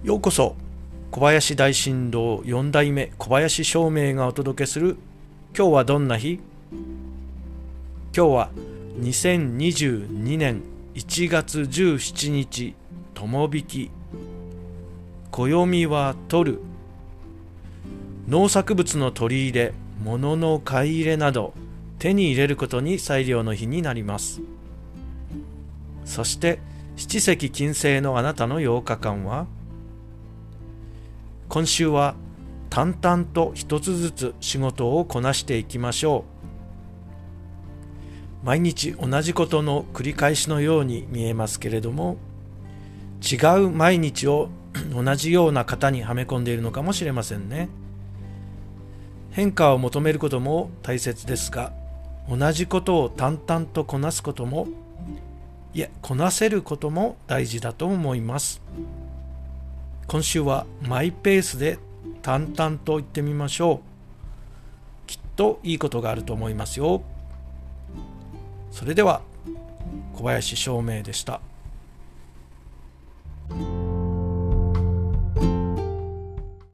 ようこそ。小林大震動4代目小林照明がお届けする今日はどんな日。今日は2022年1月17日友引き。暦は取る。農作物の取り入れ、物の買い入れなど手に入れることに裁量の日になります。そして七石金星のあなたの8日間は、今週は淡々と一つずつ仕事をこなしていきましょう。毎日同じことの繰り返しのように見えますけれども、違う毎日を同じような型にはめ込んでいるのかもしれませんね。変化を求めることも大切ですが、同じことを淡々とこなすことも、こなせることも大事だと思います。今週はマイペースで淡々と言ってみましょう。きっといいことがあると思いますよ。それでは小林照明でした。